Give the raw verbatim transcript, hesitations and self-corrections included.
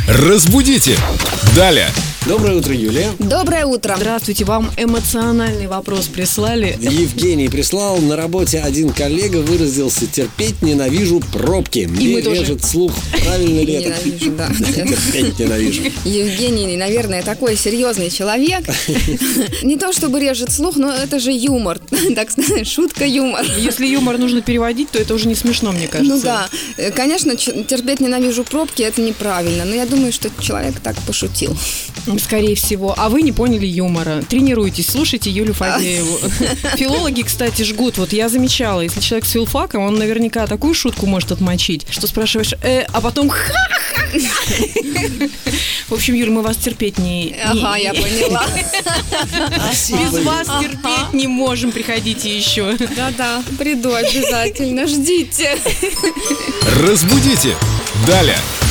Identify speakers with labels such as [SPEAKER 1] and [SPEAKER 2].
[SPEAKER 1] Разбудите! Далее!
[SPEAKER 2] Доброе утро, Юлия.
[SPEAKER 3] Доброе утро.
[SPEAKER 4] Здравствуйте, вам эмоциональный вопрос прислали.
[SPEAKER 2] Евгений прислал: на работе один коллега выразился: терпеть ненавижу пробки. Мне режет слух. Правильно ли это?
[SPEAKER 3] Ненавижу, да.
[SPEAKER 2] Терпеть ненавижу.
[SPEAKER 3] Евгений, наверное, такой серьезный человек. Не то чтобы режет слух, но это же юмор. Так сказать, шутка-юмор.
[SPEAKER 4] Если юмор нужно переводить, то это уже не смешно, мне кажется.
[SPEAKER 3] Ну да, конечно, ч- терпеть ненавижу пробки, это неправильно. Но я думаю, что человек так пошутил.
[SPEAKER 4] Скорее всего. А вы не поняли юмора. Тренируйтесь, слушайте Юлю Фадееву. Филологи, кстати, жгут. Вот я замечала, если человек с филфаком, он наверняка такую шутку может отмочить, что спрашиваешь, э, а потом ха-ха-ха. В общем, Юль, мы вас терпеть не...
[SPEAKER 3] Ага, я поняла.
[SPEAKER 4] Без вас терпеть не можем. Приходите еще.
[SPEAKER 3] Да-да, приду обязательно, ждите.
[SPEAKER 1] Разбудите! Далее!